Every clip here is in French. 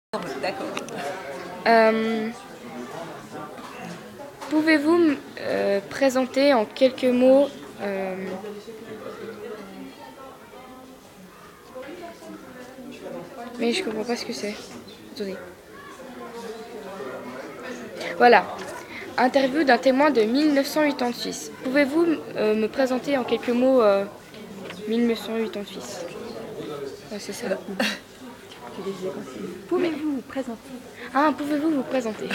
D'accord. Euh, Pouvez-vous présenter en quelques mots mais je comprends pas ce que c'est. Attendez. Voilà. Interview d'un témoin de 1986. Pouvez-vous me présenter en quelques mots 1986? C'est ça. Pouvez-vous vous présenter? Ah, pouvez-vous vous présenter?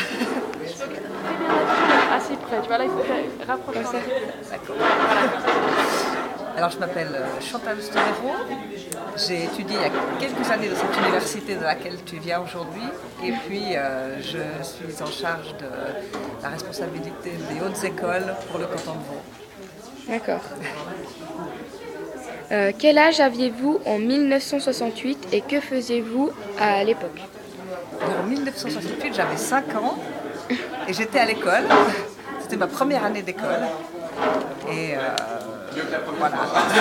Assez près, tu vois, là il faut rapprocher. Comme ça. D'accord. Alors je m'appelle Chantal Storero, j'ai étudié il y a quelques années dans cette université de laquelle tu viens aujourd'hui et puis je suis en charge de la responsabilité des hautes écoles pour le canton de Vaud. D'accord. Quel âge aviez-vous en 1968 et que faisiez-vous à l'époque? En 1968 j'avais 5 ans et j'étais à l'école, c'était ma première année d'école et voilà.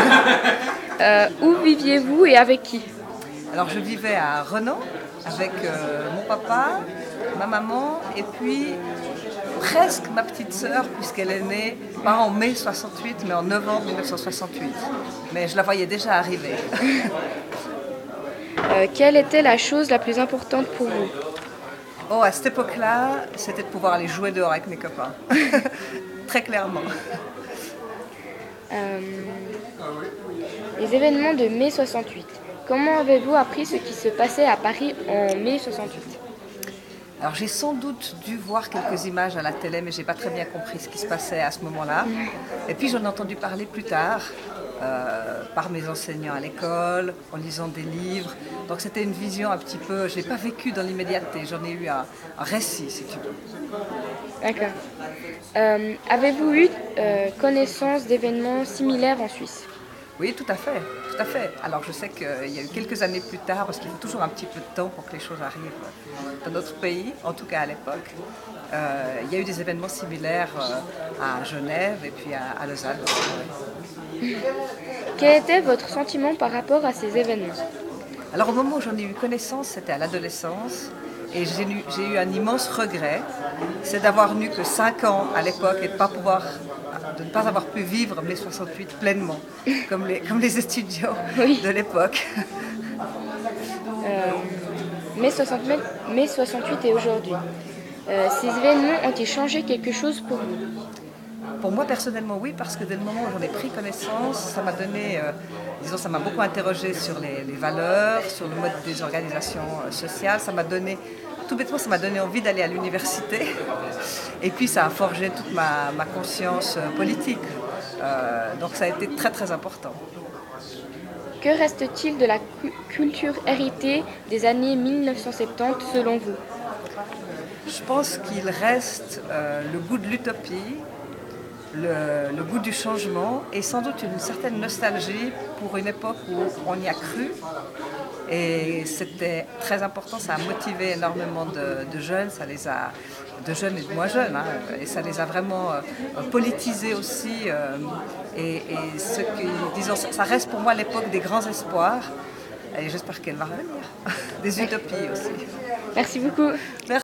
Où viviez-vous et avec qui? Alors je vivais à Renan avec mon papa, ma maman et puis presque ma petite sœur puisqu'elle est née pas en mai 68 mais en novembre 1968. Mais je la voyais déjà arriver. Quelle était la chose la plus importante pour vous? Oh, à cette époque-là, c'était de pouvoir aller jouer dehors avec mes copains. Très clairement. Les événements de mai 68. Comment avez-vous appris ce qui se passait à Paris en mai 68? Alors j'ai sans doute dû voir quelques images à la télé, mais j'ai pas très bien compris ce qui se passait à ce moment-là. Et puis j'en ai entendu parler plus tard, par mes enseignants à l'école, en lisant des livres. Donc c'était une vision un petit peu, je l'ai pas vécu dans l'immédiateté, j'en ai eu un récit si tu veux. D'accord. Avez-vous eu connaissance d'événements similaires en Suisse? Oui, tout à fait, tout à fait. Alors je sais qu'il y a eu quelques années plus tard, parce qu'il faut toujours un petit peu de temps pour que les choses arrivent dans notre pays, en tout cas à l'époque. Il y a eu des événements similaires à Genève et puis à Lausanne. Quel était votre sentiment par rapport à ces événements? Alors au moment où j'en ai eu connaissance, c'était à l'adolescence. Et j'ai eu un immense regret, c'est d'avoir eu que 5 ans à l'époque et de ne pas avoir pu vivre mai 68 pleinement, comme les étudiants de l'époque. Mai 68 et aujourd'hui. Ces événements ont-ils changé quelque chose pour vous? Pour moi personnellement oui, parce que dès le moment où j'en ai pris connaissance, ça m'a donné, ça m'a beaucoup interrogé sur les valeurs, sur le mode des organisations sociales, tout bêtement ça m'a donné envie d'aller à l'université et puis ça a forgé toute ma conscience politique, donc ça a été très très important. Que reste-t-il de la culture héritée des années 1970 selon vous? Je pense qu'il reste le goût de l'utopie, le goût du changement et sans doute une certaine nostalgie pour une époque où on y a cru. Et c'était très important, ça a motivé énormément de jeunes, de jeunes et de moins jeunes, hein, et ça les a vraiment politisés aussi. Disons, ça reste pour moi l'époque des grands espoirs, et j'espère qu'elle va revenir, des utopies aussi. Merci beaucoup. Merci.